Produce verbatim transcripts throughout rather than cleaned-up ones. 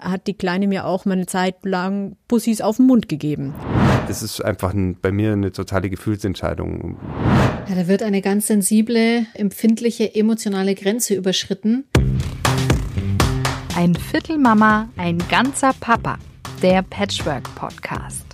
hat die Kleine mir auch mal eine Zeit lang Bussis auf den Mund gegeben. Das ist einfach ein, bei mir eine totale Gefühlsentscheidung. Ja, da wird eine ganz sensible, empfindliche, emotionale Grenze überschritten. Ein Viertel Mama, ein ganzer Papa. Der Patchwork-Podcast.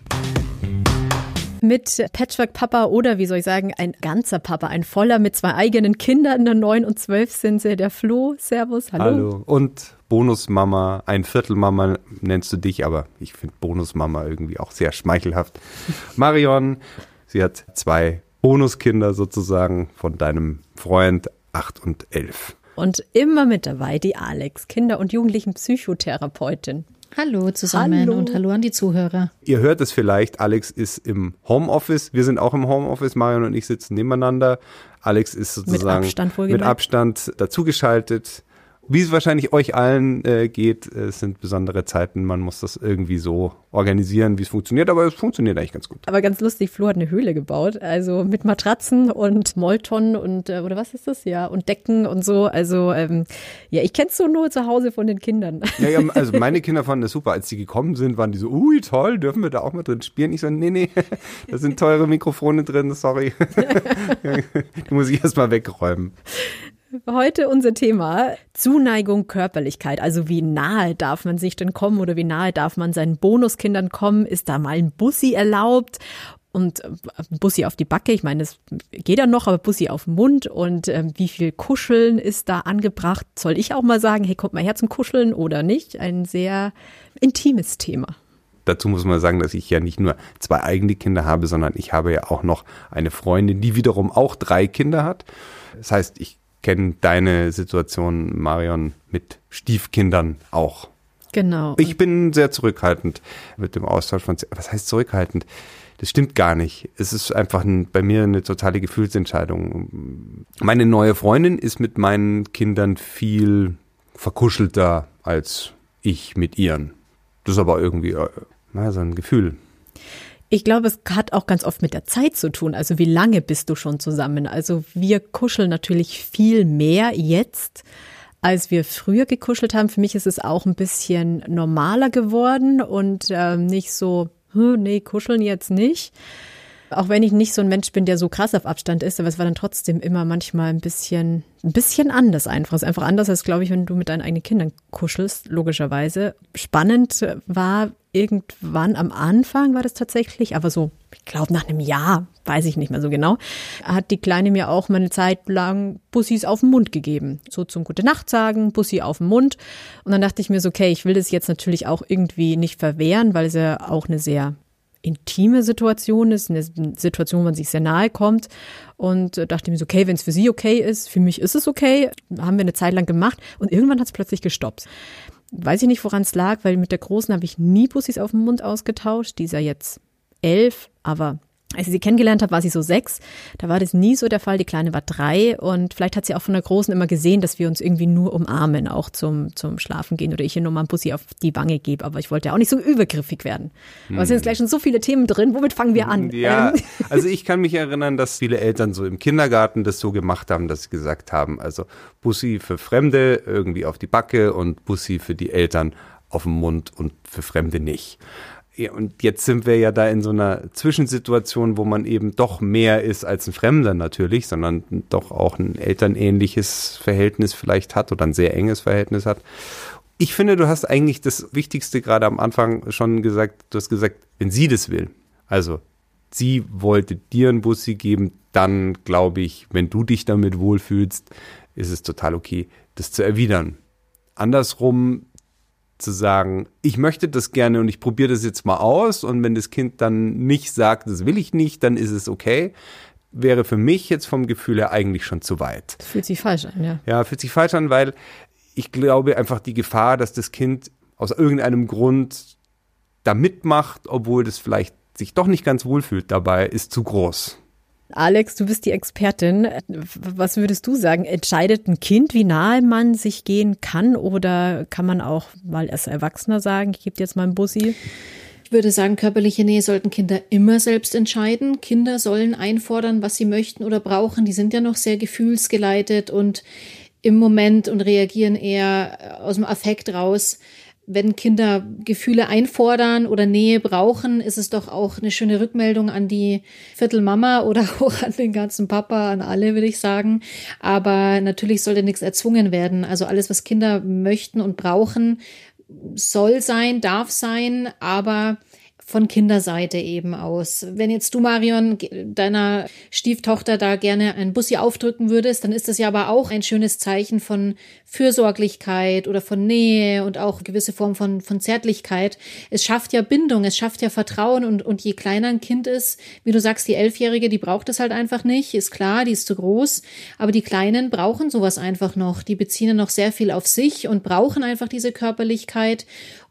Mit Patchwork-Papa oder wie soll ich sagen, ein ganzer Papa, ein voller mit zwei eigenen Kindern, der neun und zwölf sind sie, der Flo. Servus, hallo. Hallo. Und Bonusmama, ein Viertelmama nennst du dich, aber ich finde Bonusmama irgendwie auch sehr schmeichelhaft. Marion, sie hat zwei Bonuskinder sozusagen von deinem Freund, acht und elf. Und immer mit dabei die Alex, Kinder- und Jugendlichen-Psychotherapeutin. Hallo zusammen Hallo. Und hallo an die Zuhörer. Ihr hört es vielleicht, Alex ist im Homeoffice. Wir sind auch im Homeoffice. Marion und ich sitzen nebeneinander. Alex ist sozusagen mit Abstand, mit Abstand dazugeschaltet. Wie es wahrscheinlich euch allen äh, geht, es sind besondere Zeiten. Man muss das irgendwie so organisieren, wie es funktioniert. Aber es funktioniert eigentlich ganz gut. Aber ganz lustig, Flo hat eine Höhle gebaut. Also mit Matratzen und Molton und, äh, oder was ist das? Ja, und Decken und so. Also, ähm, ja, ich kenn's so nur zu Hause von den Kindern. Ja, ja, also meine Kinder fanden das super. Als die gekommen sind, waren die so, ui, toll, dürfen wir da auch mal drin spielen? Ich so, nee, nee, da sind teure Mikrofone drin, sorry. Die muss ich erst mal wegräumen. Heute unser Thema Zuneigung, Körperlichkeit. Also wie nahe darf man sich denn kommen oder wie nahe darf man seinen Bonuskindern kommen? Ist da mal ein Bussi erlaubt? Und Bussi auf die Backe, ich meine, das geht ja noch, aber Bussi auf den Mund. Und äh, wie viel Kuscheln ist da angebracht? Soll ich auch mal sagen, hey, kommt mal her zum Kuscheln oder nicht? Ein sehr intimes Thema. Dazu muss man sagen, dass ich ja nicht nur zwei eigene Kinder habe, sondern ich habe ja auch noch eine Freundin, die wiederum auch drei Kinder hat. Das heißt, ich kenne deine Situation, Marion, mit Stiefkindern auch. Genau. Ich bin sehr zurückhaltend mit dem Austausch von, was heißt zurückhaltend? Das stimmt gar nicht. Es ist einfach ein, bei mir eine totale Gefühlsentscheidung. Meine neue Freundin ist mit meinen Kindern viel verkuschelter als ich mit ihren. Das ist aber irgendwie na, so ein Gefühl. Ich glaube, es hat auch ganz oft mit der Zeit zu tun. Also wie lange bist du schon zusammen? Also wir kuscheln natürlich viel mehr jetzt, als wir früher gekuschelt haben. Für mich ist es auch ein bisschen normaler geworden und ähm, nicht so, hm, nee, kuscheln jetzt nicht. Auch wenn ich nicht so ein Mensch bin, der so krass auf Abstand ist, aber es war dann trotzdem immer manchmal ein bisschen, ein bisschen anders einfach. Es ist einfach anders als, glaube ich, wenn du mit deinen eigenen Kindern kuschelst, logischerweise. Spannend war irgendwann am Anfang war das tatsächlich, aber so, ich glaube nach einem Jahr, weiß ich nicht mehr so genau, hat die Kleine mir auch mal eine Zeit lang Bussis auf den Mund gegeben. So zum Gute Nacht sagen, Bussi auf den Mund. Und dann dachte ich mir so, okay, ich will das jetzt natürlich auch irgendwie nicht verwehren, weil es ja auch eine sehr intime Situation ist, eine Situation, wo man sich sehr nahe kommt und dachte mir so, okay, wenn es für sie okay ist, für mich ist es okay, haben wir eine Zeit lang gemacht und irgendwann hat es plötzlich gestoppt. Weiß ich nicht, woran es lag, weil mit der Großen habe ich nie Bussis auf den Mund ausgetauscht, die ist ja jetzt elf, aber als ich sie kennengelernt habe, war sie so sechs. Da war das nie so der Fall. Die Kleine war drei und vielleicht hat sie auch von der Großen immer gesehen, dass wir uns irgendwie nur umarmen, auch zum zum Schlafen gehen oder ich ihr nur mal einen Bussi auf die Wange gebe. Aber ich wollte ja auch nicht so übergriffig werden. Hm. Aber es sind jetzt gleich schon so viele Themen drin. Womit fangen wir an? Ja, also ich kann mich erinnern, dass viele Eltern so im Kindergarten das so gemacht haben, dass sie gesagt haben, also Bussi für Fremde irgendwie auf die Backe und Bussi für die Eltern auf den Mund und für Fremde nicht. Ja, und jetzt sind wir ja da in so einer Zwischensituation, wo man eben doch mehr ist als ein Fremder natürlich, sondern doch auch ein elternähnliches Verhältnis vielleicht hat oder ein sehr enges Verhältnis hat. Ich finde, du hast eigentlich das Wichtigste gerade am Anfang schon gesagt, du hast gesagt, wenn sie das will, also sie wollte dir einen Bussi geben, dann glaube ich, wenn du dich damit wohlfühlst, ist es total okay, das zu erwidern. Andersrum zu sagen, ich möchte das gerne und ich probiere das jetzt mal aus und wenn das Kind dann nicht sagt, das will ich nicht, dann ist es okay, wäre für mich jetzt vom Gefühl her eigentlich schon zu weit. Das fühlt sich falsch an, ja. Ja, fühlt sich falsch an, weil ich glaube einfach die Gefahr, dass das Kind aus irgendeinem Grund da mitmacht, obwohl das vielleicht sich doch nicht ganz wohlfühlt dabei, ist zu groß. Alex, du bist die Expertin. Was würdest du sagen? Entscheidet ein Kind, wie nahe man sich gehen kann? Oder kann man auch mal als Erwachsener sagen, ich gebe dir jetzt mal einen Bussi? Ich würde sagen, körperliche Nähe sollten Kinder immer selbst entscheiden. Kinder sollen einfordern, was sie möchten oder brauchen. Die sind ja noch sehr gefühlsgeleitet und im Moment und reagieren eher aus dem Affekt raus. wenn Kinder Gefühle einfordern oder Nähe brauchen, ist es doch auch eine schöne Rückmeldung an die Viertelmama oder auch an den ganzen Papa, an alle, würde ich sagen. Aber natürlich sollte nichts erzwungen werden. Also alles, was Kinder möchten und brauchen, soll sein, darf sein, aber von Kinderseite eben aus. Wenn jetzt du, Marion, deiner Stieftochter da gerne ein Bussi aufdrücken würdest, dann ist das ja aber auch ein schönes Zeichen von Fürsorglichkeit oder von Nähe und auch gewisse Form von, von Zärtlichkeit. Es schafft ja Bindung, es schafft ja Vertrauen und, und je kleiner ein Kind ist, wie du sagst, die Elfjährige, die braucht es halt einfach nicht, ist klar, die ist zu groß, aber die Kleinen brauchen sowas einfach noch. Die beziehen noch sehr viel auf sich und brauchen einfach diese Körperlichkeit.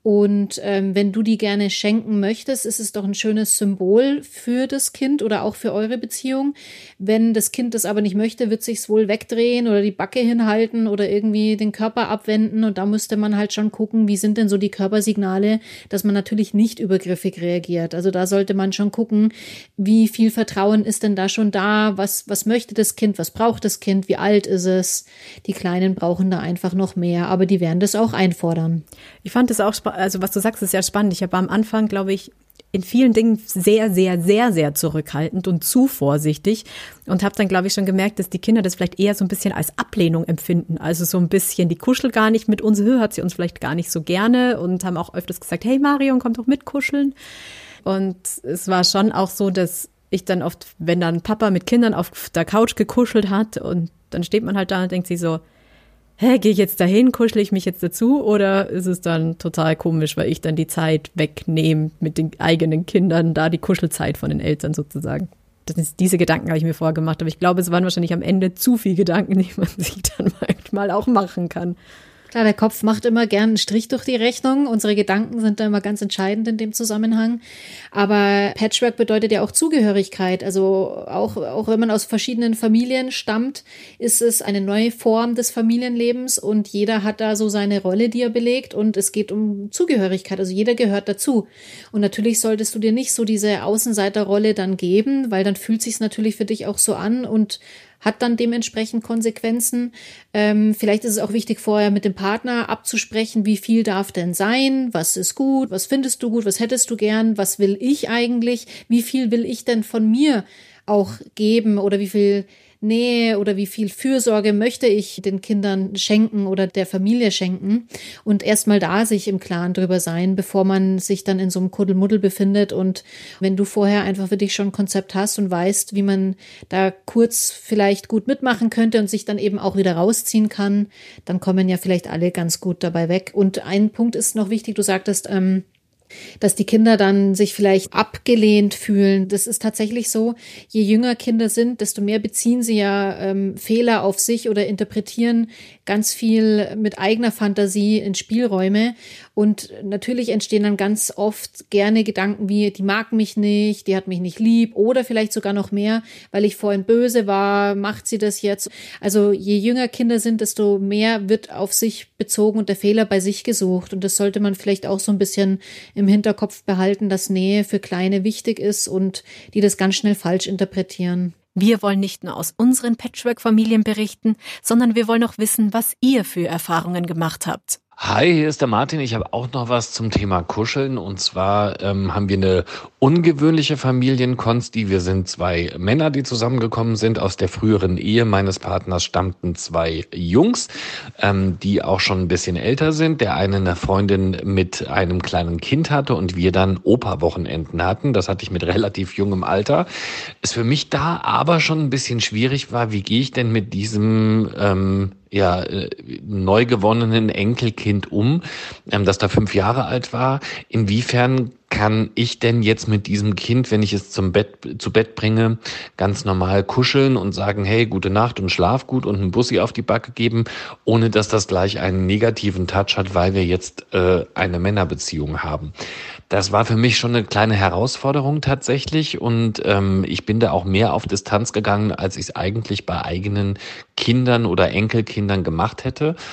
Und ähm, wenn du die gerne schenken möchtest, ist es doch ein schönes Symbol für das Kind oder auch für eure Beziehung. Wenn das Kind das aber nicht möchte, wird sich's wohl wegdrehen oder die Backe hinhalten oder irgendwie den Körper abwenden. Und da müsste man halt schon gucken, wie sind denn so die Körpersignale, dass man natürlich nicht übergriffig reagiert. Also da sollte man schon gucken, wie viel Vertrauen ist denn da schon da? Was, was möchte das Kind? Was braucht das Kind? Wie alt ist es? Die Kleinen brauchen da einfach noch mehr, aber die werden das auch einfordern. Ich fand es auch spannend. Also was du sagst, ist ja spannend. Ich habe am Anfang, glaube ich, in vielen Dingen sehr, sehr, sehr, sehr zurückhaltend und zu vorsichtig und habe dann, glaube ich, schon gemerkt, dass die Kinder das vielleicht eher so ein bisschen als Ablehnung empfinden. Also so ein bisschen, die kuschelt gar nicht mit uns, hat sie uns vielleicht gar nicht so gerne und haben auch öfters gesagt, hey Marion, komm doch mit kuscheln. Und es war schon auch so, dass ich dann oft, wenn dann Papa mit Kindern auf der Couch gekuschelt hat und dann steht man halt da und denkt sich so, hä, gehe ich jetzt dahin, kuschle ich mich jetzt dazu oder ist es dann total komisch, weil ich dann die Zeit wegnehme mit den eigenen Kindern, da die Kuschelzeit von den Eltern sozusagen. Das ist, diese Gedanken habe ich mir vorher gemacht, aber ich glaube, es waren wahrscheinlich am Ende zu viele Gedanken, die man sich dann manchmal auch machen kann. Klar, der Kopf macht immer gern einen Strich durch die Rechnung. Unsere Gedanken sind da immer ganz entscheidend in dem Zusammenhang. Aber Patchwork bedeutet ja auch Zugehörigkeit. Also auch, auch wenn man aus verschiedenen Familien stammt, ist es eine neue Form des Familienlebens und jeder hat da so seine Rolle, die er belegt und es geht um Zugehörigkeit. Also jeder gehört dazu. Und natürlich solltest du dir nicht so diese Außenseiterrolle dann geben, weil dann fühlt sich's natürlich für dich auch so an und hat dann dementsprechend Konsequenzen. Ähm, vielleicht ist es auch wichtig, vorher mit dem Partner abzusprechen, wie viel darf denn sein, was ist gut, was findest du gut, was hättest du gern, was will ich eigentlich, wie viel will ich denn von mir auch geben oder wie viel Nähe oder wie viel Fürsorge möchte ich den Kindern schenken oder der Familie schenken und erstmal da sich im Klaren drüber sein, bevor man sich dann in so einem Kuddelmuddel befindet. Und wenn du vorher einfach für dich schon ein Konzept hast und weißt, wie man da kurz vielleicht gut mitmachen könnte und sich dann eben auch wieder rausziehen kann, dann kommen ja vielleicht alle ganz gut dabei weg. Und ein Punkt ist noch wichtig, du sagtest, ähm, dass die Kinder dann sich vielleicht abgelehnt fühlen. Das ist tatsächlich so, je jünger Kinder sind, desto mehr beziehen sie ja ähm, Fehler auf sich oder interpretieren ganz viel mit eigener Fantasie in Spielräume. Und natürlich entstehen dann ganz oft gerne Gedanken wie, die mag mich nicht, die hat mich nicht lieb oder vielleicht sogar noch mehr, weil ich vorhin böse war, macht sie das jetzt. Also je jünger Kinder sind, desto mehr wird auf sich bezogen und der Fehler bei sich gesucht. Und das sollte man vielleicht auch so ein bisschen im Hinterkopf behalten, dass Nähe für Kleine wichtig ist und die das ganz schnell falsch interpretieren. Wir wollen nicht nur aus unseren Patchwork-Familien berichten, sondern wir wollen auch wissen, was ihr für Erfahrungen gemacht habt. Hi, hier ist der Martin. Ich habe auch noch was zum Thema Kuscheln. Und zwar ähm, haben wir eine ungewöhnliche Familienkonsti. Wir sind zwei Männer, die zusammengekommen sind. Aus der früheren Ehe meines Partners stammten zwei Jungs, ähm, die auch schon ein bisschen älter sind. Der eine eine Freundin mit einem kleinen Kind hatte und wir dann Opa-Wochenenden hatten. Das hatte ich mit relativ jungem Alter. Es für mich da aber schon ein bisschen schwierig war, wie gehe ich denn mit diesem ähm, ja, äh, neu gewonnenen Enkelkind um, ähm, das da fünf Jahre alt war. Inwiefern kann ich denn jetzt mit diesem Kind, wenn ich es zum Bett, zu Bett bringe, ganz normal kuscheln und sagen, hey, gute Nacht und schlaf gut und einen Bussi auf die Backe geben, ohne dass das gleich einen negativen Touch hat, weil wir jetzt äh, eine Männerbeziehung haben. Das war für mich schon eine kleine Herausforderung tatsächlich und ähm, ich bin da auch mehr auf Distanz gegangen, als ich es eigentlich bei eigenen Kindern oder Enkelkindern gemacht hätte.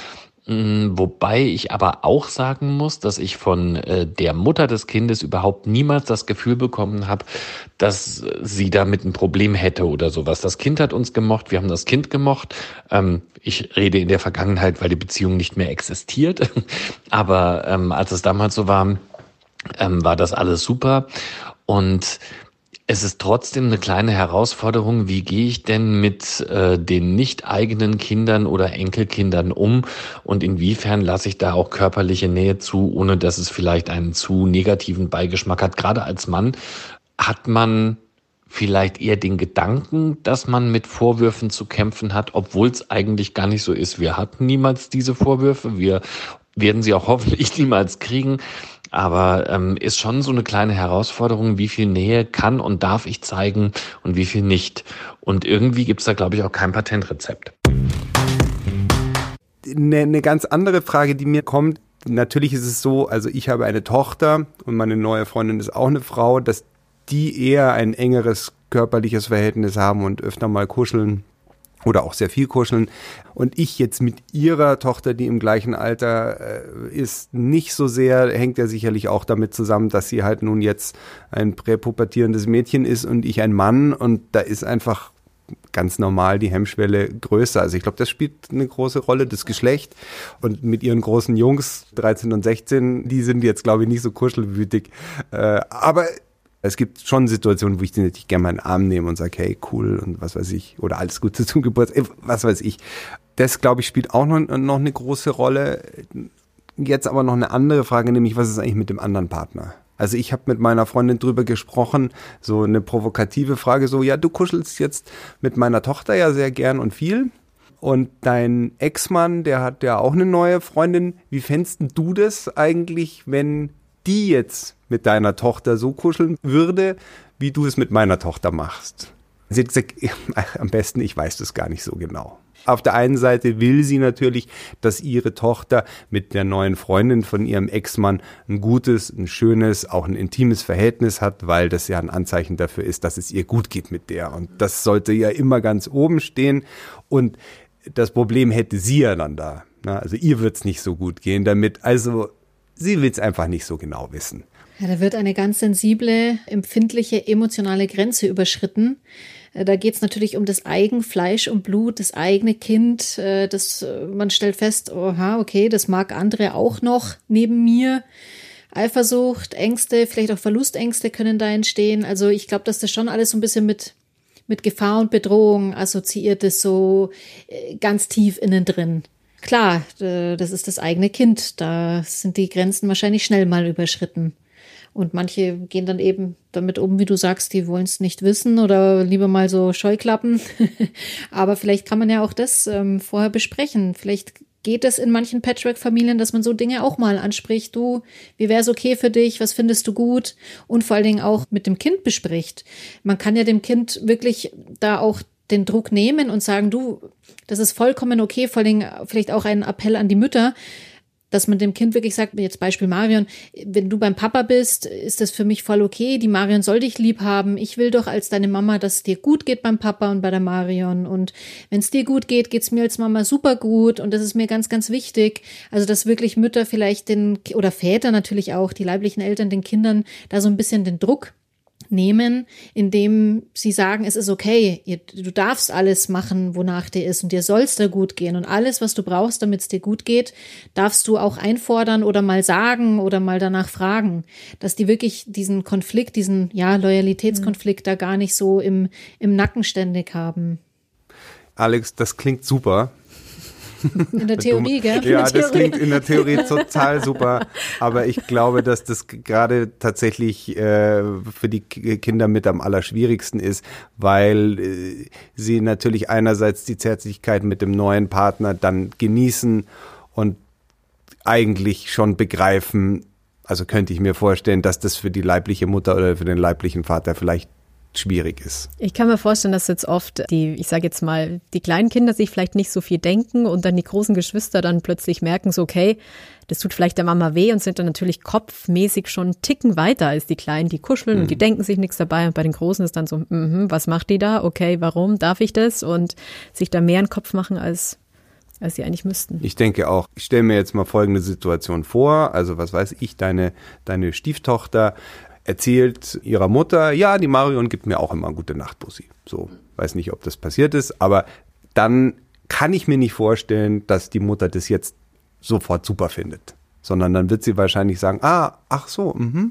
Wobei ich aber auch sagen muss, dass ich von äh, der Mutter des Kindes überhaupt niemals das Gefühl bekommen habe, dass sie damit ein Problem hätte oder sowas. Das Kind hat uns gemocht, wir haben das Kind gemocht. Ähm, ich rede in der Vergangenheit, weil die Beziehung nicht mehr existiert. Aber ähm, als es damals so war, ähm, war das alles super. Und es ist trotzdem eine kleine Herausforderung, wie gehe ich denn mit äh, den nicht eigenen Kindern oder Enkelkindern um und inwiefern lasse ich da auch körperliche Nähe zu, ohne dass es vielleicht einen zu negativen Beigeschmack hat. Gerade als Mann hat man vielleicht eher den Gedanken, dass man mit Vorwürfen zu kämpfen hat, obwohl es eigentlich gar nicht so ist. Wir hatten niemals diese Vorwürfe, wir werden sie auch hoffentlich niemals kriegen. Aber ähm, ist schon so eine kleine Herausforderung, wie viel Nähe kann und darf ich zeigen und wie viel nicht. Und irgendwie gibt's da, glaube ich, auch kein Patentrezept. Eine, eine ganz andere Frage, die mir kommt, natürlich ist es so, also ich habe eine Tochter und meine neue Freundin ist auch eine Frau, dass die eher ein engeres körperliches Verhältnis haben und öfter mal kuscheln. Oder auch sehr viel kuscheln. Und ich jetzt mit ihrer Tochter, die im gleichen Alter äh, ist, nicht so sehr, hängt ja sicherlich auch damit zusammen, dass sie halt nun jetzt ein präpubertierendes Mädchen ist und ich ein Mann. Und da ist einfach ganz normal die Hemmschwelle größer. Also ich glaube, das spielt eine große Rolle, das Geschlecht. Und mit ihren großen Jungs, dreizehn und sechzehn, die sind jetzt, glaube ich, nicht so kuschelwütig. Äh, aber es gibt schon Situationen, wo ich den natürlich gerne mal in den Arm nehme und sage, hey, cool und was weiß ich, oder alles Gute zum Geburtstag, was weiß ich. Das, glaube ich, spielt auch noch, noch eine große Rolle. Jetzt aber noch eine andere Frage, nämlich, was ist eigentlich mit dem anderen Partner? Also ich habe mit meiner Freundin drüber gesprochen, so eine provokative Frage, so, ja, du kuschelst jetzt mit meiner Tochter ja sehr gern und viel. Und dein Ex-Mann, der hat ja auch eine neue Freundin. Wie fändest du das eigentlich, wenn die jetzt mit deiner Tochter so kuscheln würde, wie du es mit meiner Tochter machst? Sie hat gesagt, am besten, ich weiß das gar nicht so genau. Auf der einen Seite will sie natürlich, dass ihre Tochter mit der neuen Freundin von ihrem Ex-Mann ein gutes, ein schönes, auch ein intimes Verhältnis hat, weil das ja ein Anzeichen dafür ist, dass es ihr gut geht mit der. Und das sollte ja immer ganz oben stehen. Und das Problem hätte sie ja dann da. Also ihr wird es nicht so gut gehen damit. Also sie will es einfach nicht so genau wissen. Ja, da wird eine ganz sensible, empfindliche, emotionale Grenze überschritten. Da geht es natürlich um das eigene Fleisch und Blut, das eigene Kind. Das, man stellt fest, oha, okay, das mag andere auch noch neben mir. Eifersucht, Ängste, vielleicht auch Verlustängste können da entstehen. Also ich glaube, dass das schon alles so ein bisschen mit, mit Gefahr und Bedrohung assoziiert ist, so ganz tief innen drin. Klar, das ist das eigene Kind. Da sind die Grenzen wahrscheinlich schnell mal überschritten. Und manche gehen dann eben damit um, wie du sagst, die wollen es nicht wissen oder lieber mal so Scheuklappen. Aber vielleicht kann man ja auch das ähm, vorher besprechen. Vielleicht geht es in manchen Patchwork-Familien, dass man so Dinge auch mal anspricht. Du, wie wäre es okay für dich? Was findest du gut? Und vor allen Dingen auch mit dem Kind bespricht. Man kann ja dem Kind wirklich da auch den Druck nehmen und sagen, du, das ist vollkommen okay. Vor allen Dingen vielleicht auch ein Appell an die Mütter, dass man dem Kind wirklich sagt, jetzt Beispiel Marion, wenn du beim Papa bist, ist das für mich voll okay. Die Marion soll dich lieb haben. Ich will doch als deine Mama, dass es dir gut geht beim Papa und bei der Marion. Und wenn es dir gut geht, geht es mir als Mama super gut. Und das ist mir ganz, ganz wichtig. Also, dass wirklich Mütter vielleicht den, oder Väter natürlich auch, die leiblichen Eltern den Kindern da so ein bisschen den Druck nehmen, indem sie sagen, es ist okay, ihr, du darfst alles machen, wonach dir ist und dir soll es da gut gehen und alles, was du brauchst, damit es dir gut geht, darfst du auch einfordern oder mal sagen oder mal danach fragen, dass die wirklich diesen Konflikt, diesen ja Loyalitätskonflikt mhm. da gar nicht so im, im Nacken ständig haben. Alex, das klingt super. In der Theorie, gell? Ja, das klingt in der Theorie total super, aber ich glaube, dass das gerade tatsächlich äh, für die Kinder mit am allerschwierigsten ist, weil äh, sie natürlich einerseits die Zärtlichkeit mit dem neuen Partner dann genießen und eigentlich schon begreifen, also könnte ich mir vorstellen, dass das für die leibliche Mutter oder für den leiblichen Vater vielleicht schwierig ist. Ich kann mir vorstellen, dass jetzt oft die, ich sage jetzt mal, die kleinen Kinder sich vielleicht nicht so viel denken und dann die großen Geschwister dann plötzlich merken, so okay, das tut vielleicht der Mama weh und sind dann natürlich kopfmäßig schon einen Ticken weiter als die Kleinen, die kuscheln mhm. und die denken sich nichts dabei und bei den Großen ist dann so, mm-hmm, was macht die da? Okay, warum? Darf ich das? Und sich da mehr einen Kopf machen als als sie eigentlich müssten. Ich denke auch. Ich stelle mir jetzt mal folgende Situation vor. Also was weiß ich, deine, deine Stieftochter erzählt ihrer Mutter, ja, die Marion gibt mir auch immer gute Nacht-Bussi. So, weiß nicht, ob das passiert ist, aber dann kann ich mir nicht vorstellen, dass die Mutter das jetzt sofort super findet. Sondern dann wird sie wahrscheinlich sagen, ah, ach so, mhm.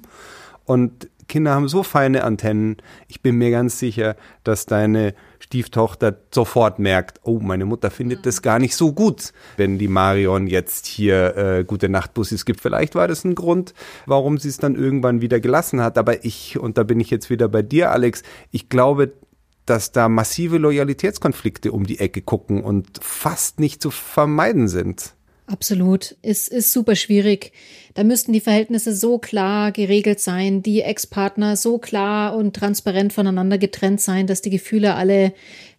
Und Kinder haben so feine Antennen. Ich bin mir ganz sicher, dass deine Stieftochter sofort merkt, oh, meine Mutter findet das gar nicht so gut, wenn die Marion jetzt hier äh, gute Nachtbussis gibt. Vielleicht war das ein Grund, warum sie es dann irgendwann wieder gelassen hat. Aber ich, und da bin ich jetzt wieder bei dir, Alex, ich glaube, dass da massive Loyalitätskonflikte um die Ecke gucken und fast nicht zu vermeiden sind. Absolut. Es ist super schwierig. Da müssten die Verhältnisse so klar geregelt sein, die Ex-Partner so klar und transparent voneinander getrennt sein, dass die Gefühle alle,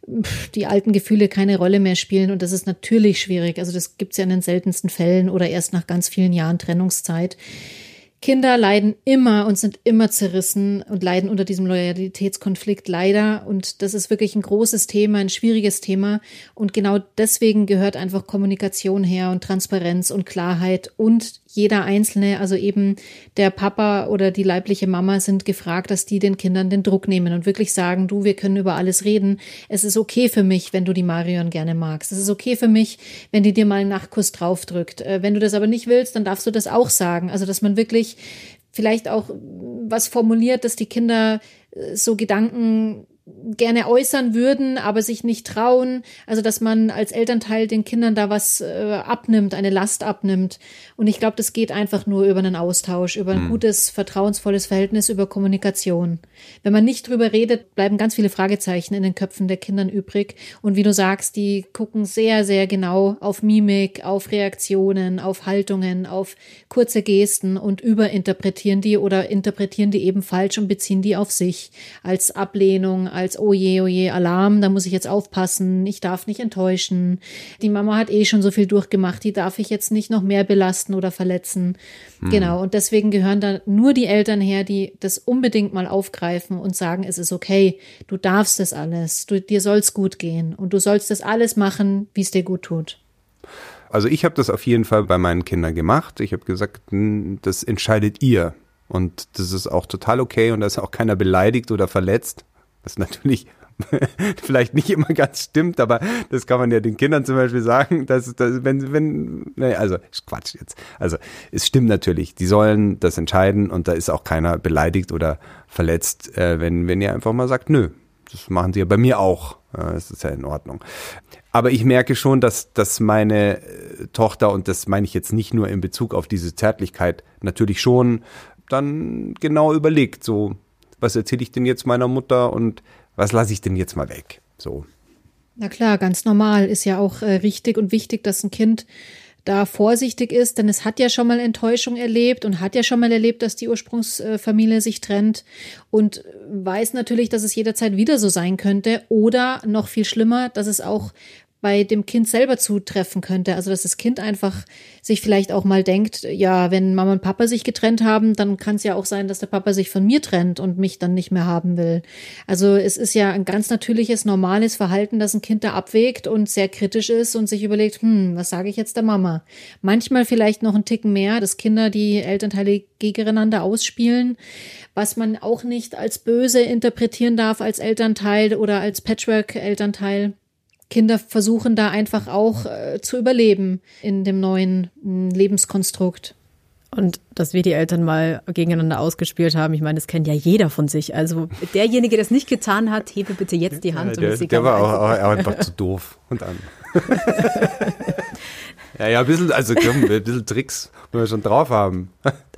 die alten Gefühle keine Rolle mehr spielen. Und das ist natürlich schwierig. Also das gibt's ja in den seltensten Fällen oder erst nach ganz vielen Jahren Trennungszeit. Kinder leiden immer und sind immer zerrissen und leiden unter diesem Loyalitätskonflikt leider. Und das ist wirklich ein großes Thema, ein schwieriges Thema. Und genau deswegen gehört einfach Kommunikation her und Transparenz und Klarheit. Und jeder Einzelne, also eben der Papa oder die leibliche Mama, sind gefragt, dass die den Kindern den Druck nehmen und wirklich sagen, du, wir können über alles reden. Es ist okay für mich, wenn du die Marion gerne magst. Es ist okay für mich, wenn die dir mal einen Nachtkuss draufdrückt. Wenn du das aber nicht willst, dann darfst du das auch sagen. Also, dass man wirklich vielleicht auch was formuliert, dass die Kinder so Gedanken gerne äußern würden, aber sich nicht trauen. Also, dass man als Elternteil den Kindern da was äh, abnimmt, eine Last abnimmt. Und ich glaube, das geht einfach nur über einen Austausch, über ein mhm. gutes, vertrauensvolles Verhältnis, über Kommunikation. Wenn man nicht drüber redet, bleiben ganz viele Fragezeichen in den Köpfen der Kindern übrig. Und wie du sagst, die gucken sehr, sehr genau auf Mimik, auf Reaktionen, auf Haltungen, auf kurze Gesten und überinterpretieren die oder interpretieren die eben falsch und beziehen die auf sich als Ablehnung, als oh je, oh je, Alarm, da muss ich jetzt aufpassen, ich darf nicht enttäuschen. Die Mama hat eh schon so viel durchgemacht, die darf ich jetzt nicht noch mehr belasten oder verletzen. Hm. Genau, und deswegen gehören da nur die Eltern her, die das unbedingt mal aufgreifen und sagen, es ist okay, du darfst das alles, du, dir soll's gut gehen und du sollst das alles machen, wie es dir gut tut. Also ich habe das auf jeden Fall bei meinen Kindern gemacht. Ich habe gesagt, das entscheidet ihr. Und das ist auch total okay und da ist auch keiner beleidigt oder verletzt. Was natürlich vielleicht nicht immer ganz stimmt, aber das kann man ja den Kindern zum Beispiel sagen, dass, dass wenn, wenn, naja, also Quatsch jetzt. Also es stimmt natürlich, die sollen das entscheiden und da ist auch keiner beleidigt oder verletzt, äh, wenn, wenn ihr einfach mal sagt, nö, das machen sie ja bei mir auch. Ja, das ist ja in Ordnung. Aber ich merke schon, dass, dass meine Tochter, und das meine ich jetzt nicht nur in Bezug auf diese Zärtlichkeit, natürlich schon dann genau überlegt, so, was erzähle ich denn jetzt meiner Mutter und was lasse ich denn jetzt mal weg? So. Na klar, ganz normal, ist ja auch äh, richtig und wichtig, dass ein Kind da vorsichtig ist, denn es hat ja schon mal Enttäuschung erlebt und hat ja schon mal erlebt, dass die Ursprungsfamilie sich trennt und weiß natürlich, dass es jederzeit wieder so sein könnte oder noch viel schlimmer, dass es auch bei dem Kind selber zutreffen könnte. Also dass das Kind einfach sich vielleicht auch mal denkt, ja, wenn Mama und Papa sich getrennt haben, dann kann es ja auch sein, dass der Papa sich von mir trennt und mich dann nicht mehr haben will. Also es ist ja ein ganz natürliches, normales Verhalten, dass ein Kind da abwägt und sehr kritisch ist und sich überlegt, hm, was sage ich jetzt der Mama? Manchmal vielleicht noch einen Ticken mehr, dass Kinder die Elternteile gegeneinander ausspielen, was man auch nicht als böse interpretieren darf als Elternteil oder als Patchwork-Elternteil. Kinder versuchen da einfach auch äh, zu überleben in dem neuen m, Lebenskonstrukt. Und dass wir die Eltern mal gegeneinander ausgespielt haben, ich meine, das kennt ja jeder von sich. Also derjenige, der es nicht getan hat, hebe bitte jetzt die Hand. Ja, der, und es der war auch, auch einfach zu doof. Und an. ja, ja, ein bisschen, also komm, ein bisschen Tricks, wenn wir schon drauf haben.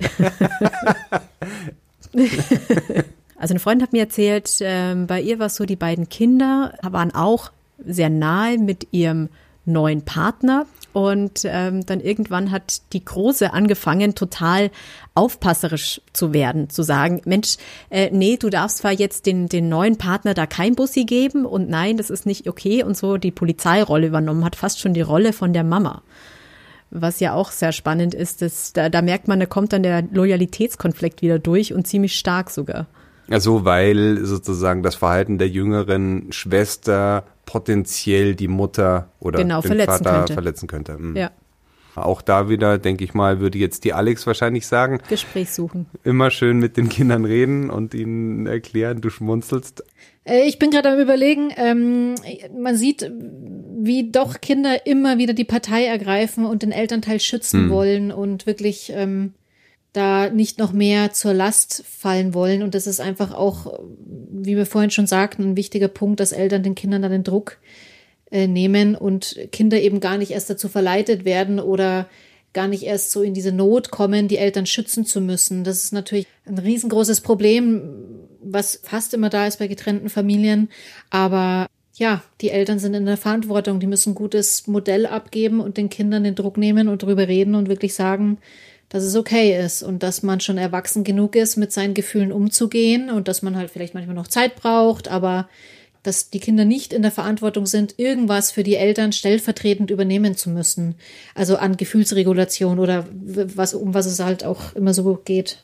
Also eine Freundin hat mir erzählt, äh, bei ihr war es so, die beiden Kinder waren auch sehr nahe mit ihrem neuen Partner und ähm, dann irgendwann hat die Große angefangen, total aufpasserisch zu werden, zu sagen, Mensch, äh, nee, du darfst zwar jetzt den, den neuen Partner da kein Bussi geben und nein, das ist nicht okay und so die Polizeirolle übernommen hat, fast schon die Rolle von der Mama. Was ja auch sehr spannend ist, dass, da, da merkt man, da kommt dann der Loyalitätskonflikt wieder durch und ziemlich stark sogar. Also weil sozusagen das Verhalten der jüngeren Schwester potenziell die Mutter oder genau, den verletzen Vater könnte. verletzen könnte. Mhm. Ja. Auch da wieder, denke ich mal, würde jetzt die Alex wahrscheinlich sagen, Gespräch suchen. Immer schön mit den Kindern reden und ihnen erklären, du schmunzelst. Ich bin gerade am Überlegen, ähm, man sieht, wie doch Kinder immer wieder die Partei ergreifen und den Elternteil schützen hm. wollen und wirklich ähm, da nicht noch mehr zur Last fallen wollen. Und das ist einfach auch, wie wir vorhin schon sagten, ein wichtiger Punkt, dass Eltern den Kindern da den Druck äh, nehmen und Kinder eben gar nicht erst dazu verleitet werden oder gar nicht erst so in diese Not kommen, die Eltern schützen zu müssen. Das ist natürlich ein riesengroßes Problem, was fast immer da ist bei getrennten Familien. Aber ja, die Eltern sind in der Verantwortung. Die müssen ein gutes Modell abgeben und den Kindern den Druck nehmen und drüber reden und wirklich sagen, dass es okay ist und dass man schon erwachsen genug ist, mit seinen Gefühlen umzugehen und dass man halt vielleicht manchmal noch Zeit braucht, aber dass die Kinder nicht in der Verantwortung sind, irgendwas für die Eltern stellvertretend übernehmen zu müssen. Also an Gefühlsregulation oder was, um was es halt auch immer so geht.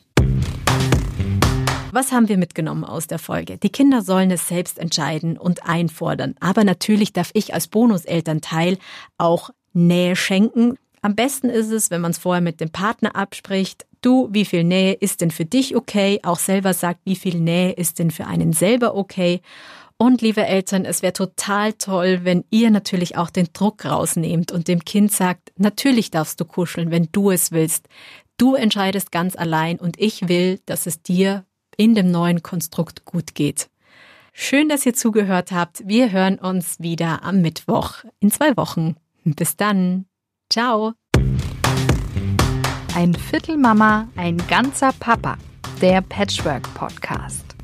Was haben wir mitgenommen aus der Folge? Die Kinder sollen es selbst entscheiden und einfordern. Aber natürlich darf ich als Bonuselternteil auch Nähe schenken. Am besten ist es, wenn man es vorher mit dem Partner abspricht. Du, wie viel Nähe ist denn für dich okay? Auch selber sagt, wie viel Nähe ist denn für einen selber okay? Und liebe Eltern, es wäre total toll, wenn ihr natürlich auch den Druck rausnehmt und dem Kind sagt, natürlich darfst du kuscheln, wenn du es willst. Du entscheidest ganz allein und ich will, dass es dir in dem neuen Konstrukt gut geht. Schön, dass ihr zugehört habt. Wir hören uns wieder am Mittwoch in zwei Wochen. Bis dann. Ciao. Ein Viertel Mama, ein ganzer Papa. Der Patchwork Podcast.